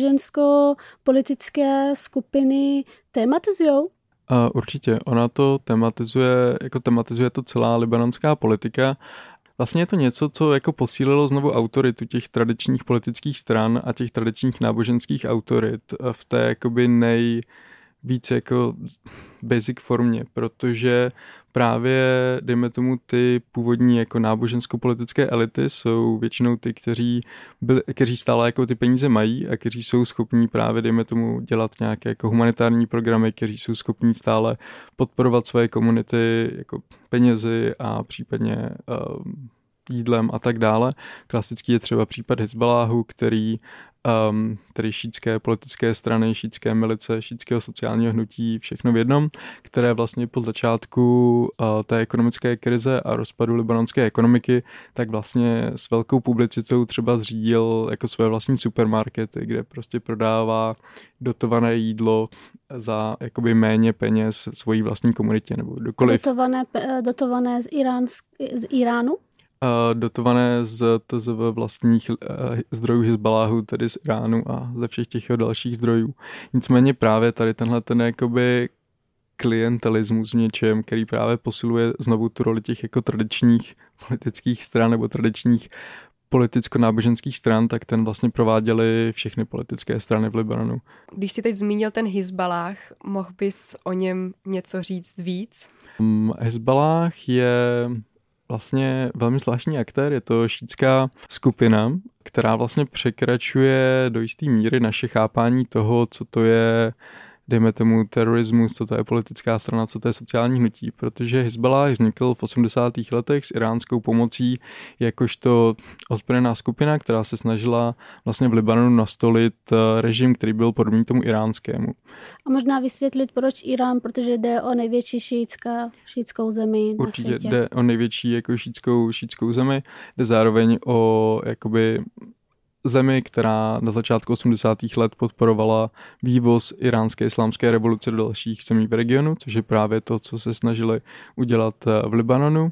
nábožensko-politické skupiny tematizujou? Uh, určitě, ona to tematizuje, jako tematizuje to celá libanonská politika. Vlastně je to něco, co jako posílilo znovu autoritu těch tradičních politických stran a těch tradičních náboženských autorit v té jakoby nejvíce jako basic formě, protože právě, dejme tomu, ty původní jako nábožensko-politické elity jsou většinou ty, kteří, byli, kteří stále jako ty peníze mají a kteří jsou schopní právě, dejme tomu, dělat nějaké jako humanitární programy, kteří jsou schopní stále podporovat své komunity jako penězi a případně um, jídlem a tak dále. Klasický je třeba případ Hizballáhu, který Um, tedy šítské politické strany, šítské milice, šítského sociálního hnutí, všechno v jednom, které vlastně po začátku uh, té ekonomické krize a rozpadu libanonské ekonomiky, tak vlastně s velkou publicitou třeba zřídil jako své vlastní supermarkety, kde prostě prodává dotované jídlo za jakoby méně peněz svojí vlastní komunitě nebo dokoliv. Dotované, dotované z, Iránsk, z Iránu? Dotované z, z vlastních zdrojů Hizballáhu, tedy z Iránu a ze všech těch dalších zdrojů. Nicméně právě tady tenhle ten jakoby klientelismus v něčem, který právě posiluje znovu tu roli těch jako tradičních politických stran nebo tradičních politicko-náboženských stran, tak ten vlastně prováděly všechny politické strany v Libanonu. Když si teď zmínil ten Hizballáh, mohl bys o něm něco říct víc? Um, Hizballáh je vlastně velmi zvláštní aktér, je to šítská skupina, která vlastně překračuje do jisté míry naše chápání toho, co to je, dejme tomu, terorismus, co to je politická strana, co to je sociální hnutí, protože Hizballáh vznikl v osmdesátých letech s iránskou pomocí jakožto ozbrojená skupina, která se snažila vlastně v Libanonu nastolit režim, který byl podobný tomu iránskému. A možná vysvětlit, proč Irán, protože jde o největší šítská, šítskou zemi na Určitě světě. Jde o největší jako šítskou, šítskou zemi, jde zároveň o jakoby zemi, která na začátku osmdesátých let podporovala vývoz iránské islámské revoluce do dalších zemí v regionu, což je právě to, co se snažili udělat v Libanonu.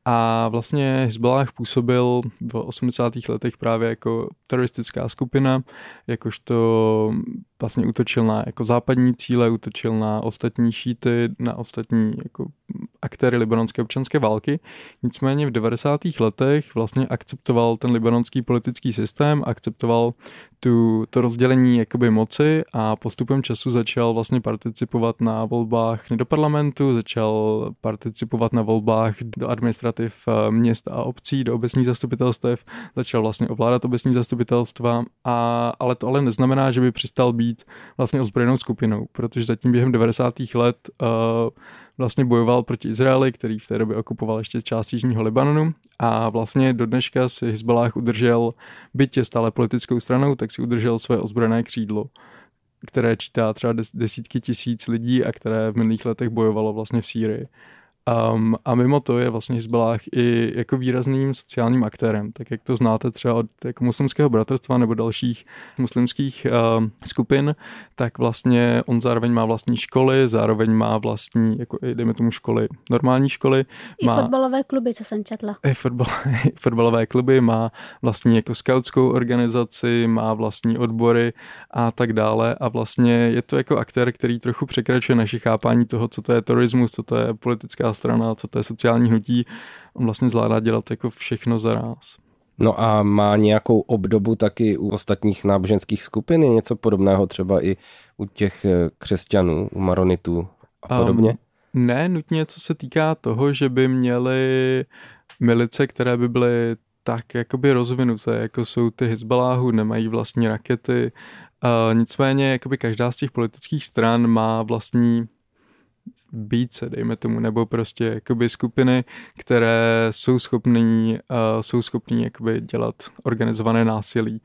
A vlastně Hizballáh působil v osmdesátých letech právě jako teroristická skupina, jakožto vlastně útočil na jako západní cíle, útočil na ostatní šíty, na ostatní jako aktéry libanonské občanské války. Nicméně v devadesátých letech vlastně akceptoval ten libanonský politický systém, akceptoval tu, to rozdělení jakoby moci a postupem času začal vlastně participovat na volbách do parlamentu, začal participovat na volbách do administrativ měst a obcí, do obecních zastupitelstev, začal vlastně ovládat obecní zastupitelstva, a, ale to ale neznamená, že by přestal být vlastně ozbrojenou skupinou, protože zatím během devadesátých let uh, vlastně bojoval proti Izraeli, který v té době okupoval ještě část jižního Libanonu, a vlastně do dneška si Hizballáh udržel, byť je stále politickou stranou, tak si udržel své ozbrojené křídlo, které čítá třeba desítky tisíc lidí a které v minulých letech bojovalo vlastně v Sýrii. Um, a mimo to je vlastně Hizballáh i jako výrazným sociálním aktérem, tak jak to znáte třeba od jako muslimského bratrstva nebo dalších muslimských uh, skupin, tak vlastně on zároveň má vlastní školy, zároveň má vlastní, jako dejme tomu školy, normální školy. I má, fotbalové kluby, co jsem četla. I fotbal, fotbalové kluby, má vlastní jako skautskou organizaci, má vlastní odbory a tak dále, a vlastně je to jako aktér, který trochu překračuje naše chápání toho, co to je terorismus, co to je politická strana, co to je sociální hnutí. On vlastně zvládá dělat jako všechno zaráz. No a má nějakou obdobu taky u ostatních náboženských skupin? Je něco podobného třeba i u těch křesťanů, u maronitů a podobně? Um, ne, nutně co se týká toho, že by měli milice, které by byly tak jakoby rozvinuté, jako jsou ty Hizballáhu, nemají vlastní rakety. Uh, nicméně jakoby každá z těch politických stran má vlastní více, dejme tomu, nebo prostě jakoby skupiny, které jsou schopní, uh, jsou schopní jakoby dělat organizované násilí.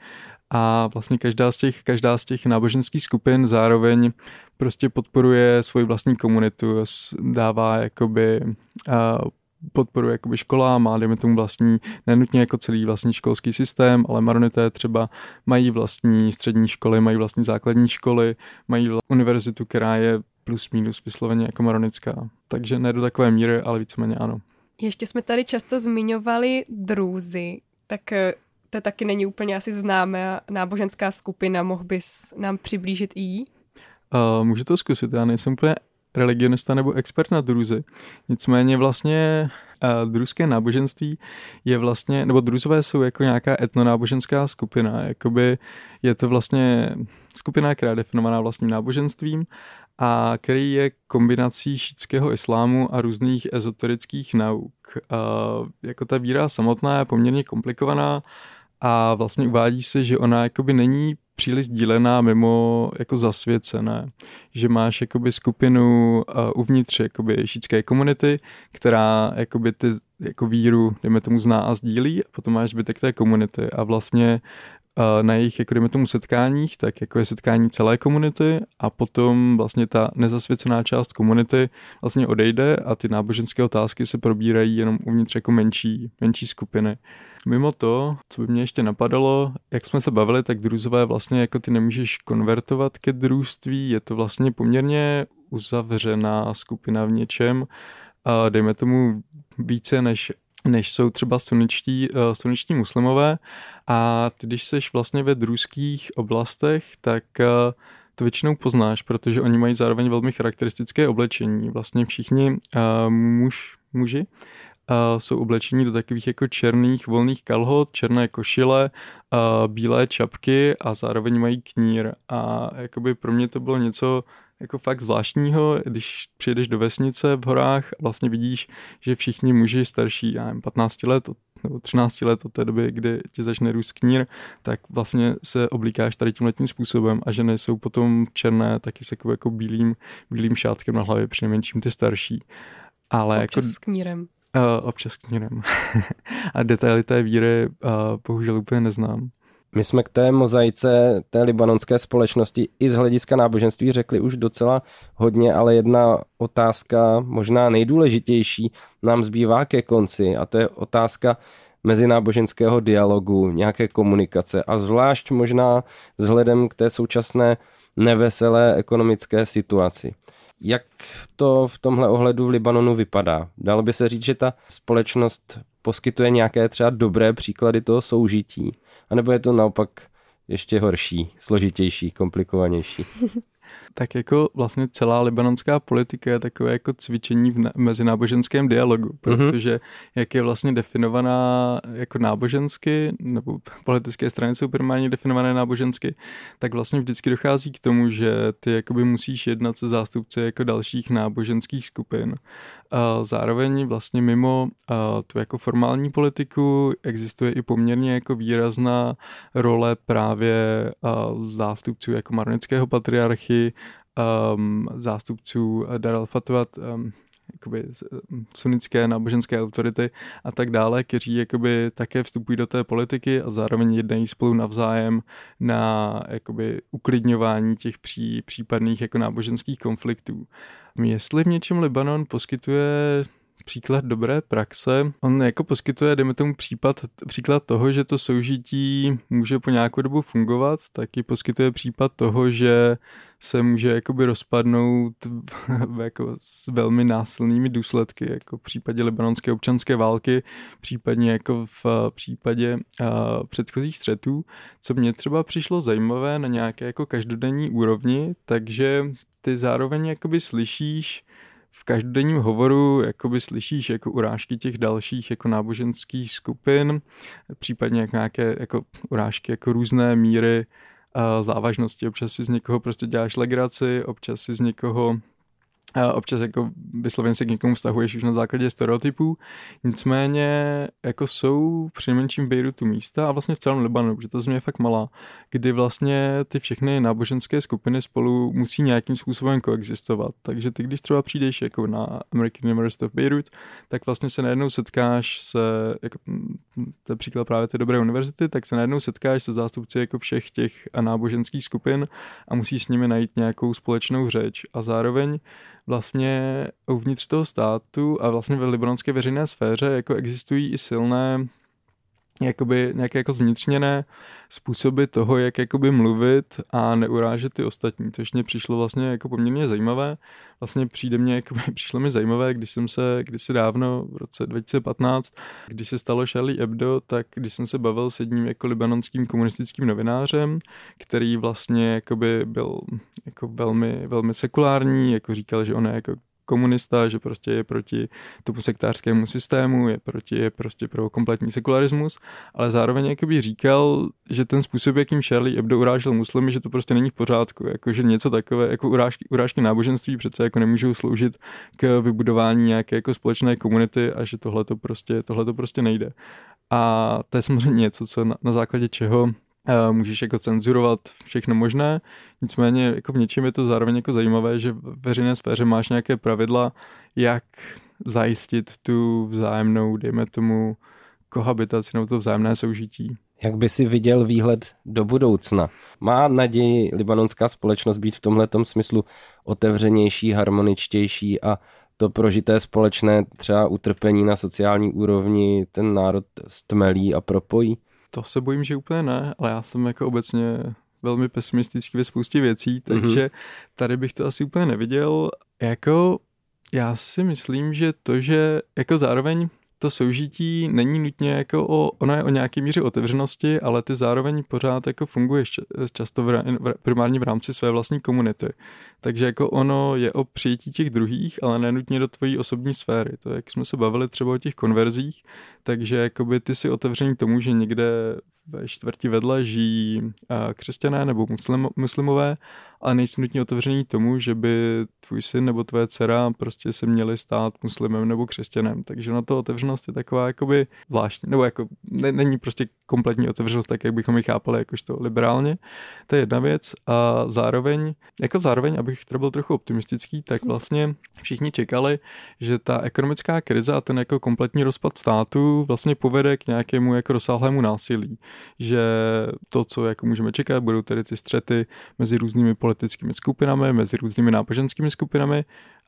A vlastně každá z těch, každá z těch náboženských skupin zároveň prostě podporuje svoji vlastní komunitu, dává jakoby uh, podporuje jakoby škola, má dejme tomu vlastní, nenutně jako celý vlastní školský systém, ale maronité třeba mají vlastní střední školy, mají vlastní základní školy, mají univerzitu, která je plus minus vysloveně jako maronická. Takže ne do takové míry, ale víceméně ano. Ještě jsme tady často zmiňovali drúzy, tak to taky není úplně asi známá náboženská skupina, mohl bys nám přiblížit i jí? Uh, můžu to zkusit, já nejsem úplně religionista nebo expert na drúzy. Nicméně vlastně uh, drúzské náboženství je vlastně, nebo drúzové jsou jako nějaká etnonáboženská skupina, jakoby je to vlastně skupina, která je definovaná vlastním náboženstvím a který je kombinací šítského islámu a různých ezoterických nauk. Uh, jako ta víra samotná je poměrně komplikovaná a vlastně uvádí se, že ona jakoby není příliš dílená mimo jako zasvěcené, že máš jakoby skupinu uh, uvnitř jakoby šítské komunity, která jakoby ty jako víru, dejme tomu, zná a sdílí, a potom máš zbytek té komunity a vlastně uh, na jejich, jako dejme tomu, setkáních, tak jako je setkání celé komunity a potom vlastně ta nezasvěcená část komunity vlastně odejde a ty náboženské otázky se probírají jenom uvnitř jako menší, menší skupiny. Mimo to, co by mě ještě napadalo, jak jsme se bavili, tak drúzové vlastně jako ty nemůžeš konvertovat ke drůství, je to vlastně poměrně uzavřená skupina v něčem, a dejme tomu více než, než jsou třeba suničtí, uh, suničtí muslimové, a ty, když seš vlastně ve drůzských oblastech, tak uh, to většinou poznáš, protože oni mají zároveň velmi charakteristické oblečení. Vlastně všichni uh, muž, muži Uh, jsou oblečení do takových jako černých volných kalhot, černé košile, uh, bílé čapky a zároveň mají knír. A jakoby pro mě to bylo něco jako fakt zvláštního, když přijedeš do vesnice v horách a vlastně vidíš, že všichni muži starší, já nevím, patnáct let nebo třináct let od té doby, kdy ti začne růst knír, tak vlastně se oblíkáš tady tímhletím způsobem a ženy jsou potom černé taky s jako, jako bílým, bílým šátkem na hlavě, přinejmenším ty starší. Ale občas jako, s knírem. Uh, občas knírem. A detaily té víry uh, bohužel úplně neznám. My jsme k té mozaice té libanonské společnosti i z hlediska náboženství řekli už docela hodně, ale jedna otázka, možná nejdůležitější, nám zbývá ke konci, a to je otázka mezináboženského dialogu, nějaké komunikace a zvlášť možná vzhledem k té současné neveselé ekonomické situaci. Jak to v tomhle ohledu v Libanonu vypadá? Dalo by se říct, že ta společnost poskytuje nějaké třeba dobré příklady toho soužití? A nebo je to naopak ještě horší, složitější, komplikovanější? Tak jako vlastně celá libanonská politika je takové jako cvičení v mezináboženském dialogu, protože jak je vlastně definovaná jako nábožensky, nebo politické strany jsou primárně definované nábožensky, tak vlastně vždycky dochází k tomu, že ty jakoby musíš jednat se zástupci jako dalších náboženských skupin. A zároveň vlastně mimo tu jako formální politiku existuje i poměrně jako výrazná role právě zástupců jako maronického patriarchy, Um, zástupců Dar al-Fatwat, um, jakoby sunnické náboženské autority a tak dále, kteří jakoby také vstupují do té politiky a zároveň jednají spolu navzájem na jakoby uklidňování těch pří, případných jako náboženských konfliktů. Jestli v něčem Libanon poskytuje příklad dobré praxe, on jako poskytuje, dejme tomu případ, příklad toho, že to soužití může po nějakou dobu fungovat, taky poskytuje případ toho, že se může jakoby rozpadnout jako s velmi násilnými důsledky, jako v případě libanonské občanské války, případně jako v případě uh, předchozích střetů, co mě třeba přišlo zajímavé na nějaké jako každodenní úrovni, takže ty zároveň jakoby slyšíš v každodenním hovoru jakoby slyšíš jako urážky těch dalších jako náboženských skupin, případně jako nějaké jako urážky jako různé míry uh, závažnosti. Občas si z někoho prostě děláš legraci, občas si z někoho a občas jako vysloveně se k někomu vztahuješ už na základě stereotypů, nicméně jako jsou přinejmenším v Bejrutu místa a vlastně v celém Libanonu, protože ta země je fakt malá, kdy vlastně ty všechny náboženské skupiny spolu musí nějakým způsobem koexistovat. Takže ty, když třeba přijdeš jako na American University of Beirut, tak vlastně se najednou setkáš se, jako, to je příklad právě té dobré univerzity, tak se najednou setkáš se zástupci jako všech těch náboženských skupin a musíš s nimi najít nějakou společnou řeč a zároveň vlastně uvnitř toho státu a vlastně ve libanonské veřejné sféře jako existují i silné jakoby nějaké jako zvnitřněné způsoby toho, jak jakoby mluvit a neurážet ty ostatní, což mě přišlo vlastně jako poměrně zajímavé. Vlastně přijde mě, jakoby, přišlo mi zajímavé, když jsem se, kdysi dávno v roce dva tisíce patnáct, když se stalo Charlie Hebdo, tak když jsem se bavil s jedním jako libanonským komunistickým novinářem, který vlastně jakoby byl jako velmi, velmi sekulární, jako říkal, že on je jako komunista, že prostě je proti tomu sektářskému systému, je proti, je prostě pro kompletní sekularismus, ale zároveň jakoby říkal, že ten způsob, jakým Charlie Hebdo urážel muslimy, že to prostě není v pořádku, jakože něco takové, jako urážky, urážky náboženství přece jako nemůžou sloužit k vybudování nějaké jako společné komunity a že tohle to prostě, tohle to prostě nejde. A to je samozřejmě něco, co na, na základě čeho můžeš jako cenzurovat všechno možné, nicméně jako v něčem je to zároveň jako zajímavé, že v veřejné sféře máš nějaké pravidla, jak zajistit tu vzájemnou, dejme tomu, kohabitaci nebo to vzájemné soužití. Jak by si viděl výhled do budoucna? Má naději libanonská společnost být v tomhletom smyslu otevřenější, harmoničtější a to prožité společné třeba utrpení na sociální úrovni ten národ stmelí a propojí? To se bojím, že úplně ne, ale já jsem jako obecně velmi pesimistický ve spoustě věcí, takže tady bych to asi úplně neviděl. Jako já si myslím, že to, že jako zároveň to soužití není nutně jako o, ono je o nějaké míře otevřenosti, ale ty zároveň pořád jako funguješ často v, v, primárně v rámci své vlastní komunity. Takže jako ono je o přijetí těch druhých, ale nenutně do tvojí osobní sféry. To jak jsme se bavili třeba o těch konverzích, takže jakoby ty si otevřený tomu, že někde ve čtvrti vedle žijí křesťané nebo muslim, muslimové, ale nejsi nutně otevřený tomu, že by tvůj syn nebo tvoje dcera prostě se měli stát muslimem nebo křesťanem. Takže na to otevřenost je taková jakoby zvláštní, nebo jako ne, není prostě kompletní otevřenost, tak jak bychom ji chápali jakožto liberálně. To je jedna věc a zároveň, jako zároveň, abych teda byl trochu optimistický, tak vlastně všichni čekali, že ta ekonomická krize a ten jako kompletní rozpad státu vlastně povede k nějakému jako rozsáhlému násilí. Že to, co jako můžeme čekat, budou tedy ty střety mezi různými politickými skupinami, mezi různými náboženskými skupinami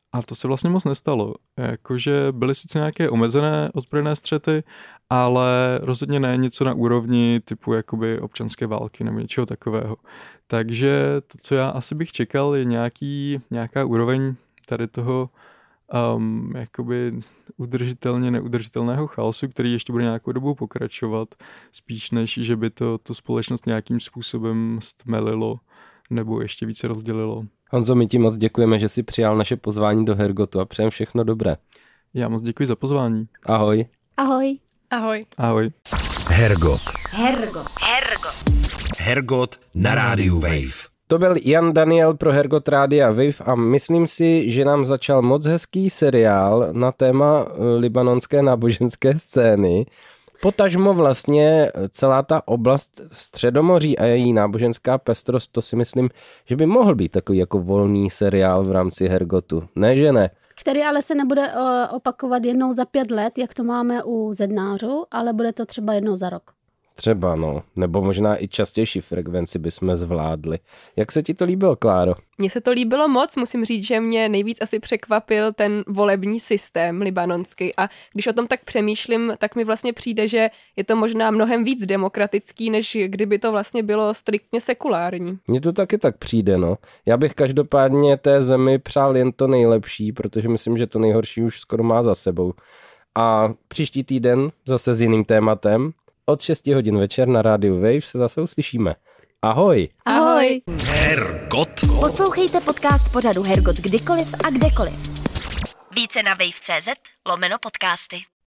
A to se vlastně moc nestalo. Jakože byly sice nějaké omezené ozbrojené střety, ale rozhodně ne něco na úrovni typu jakoby občanské války nebo něčeho takového. Takže to, co já asi bych čekal, je nějaký, nějaká úroveň tady toho um, jakoby udržitelně neudržitelného chaosu, který ještě bude nějakou dobu pokračovat, spíš než, že by to, to společnost nějakým způsobem stmelilo nebo ještě více rozdělilo. Honzo, my ti moc děkujeme, že jsi přijal naše pozvání do Hergotu a přejem všechno dobré. Já moc děkuji za pozvání. Ahoj. Ahoj. Ahoj. Ahoj. Hergot. Hergot. Hergot. Hergot na rádiu Wave. To byl Jan Daniel pro Hergot Rádia Wave a myslím si, že nám začal moc hezký seriál na téma libanonské náboženské scény. Potažmo vlastně celá ta oblast Středomoří a její náboženská pestrost, to si myslím, že by mohl být takový jako volný seriál v rámci Hergotu. Ne, že ne? Který ale se nebude opakovat jednou za pět let, jak to máme u Zednářů, ale bude to třeba jednou za rok. Třeba, no. Nebo možná i častější frekvenci bychom zvládli. Jak se ti to líbilo, Kláro? Mně se to líbilo moc, musím říct, že mě nejvíc asi překvapil ten volební systém libanonský a když o tom tak přemýšlím, tak mi vlastně přijde, že je to možná mnohem víc demokratický, než kdyby to vlastně bylo striktně sekulární. Mně to taky tak přijde, no. Já bych každopádně té zemi přál jen to nejlepší, protože myslím, že to nejhorší už skoro má za sebou. A příští týden zase s jiným tématem. Od šesti hodin večer na rádiu Wave se zase uslyšíme. Ahoj! Ahoj! Hergot. Poslouchejte podcast pořadu Hergot kdykoliv a kdekoliv. Více na wave tečka cz lomeno podcasty.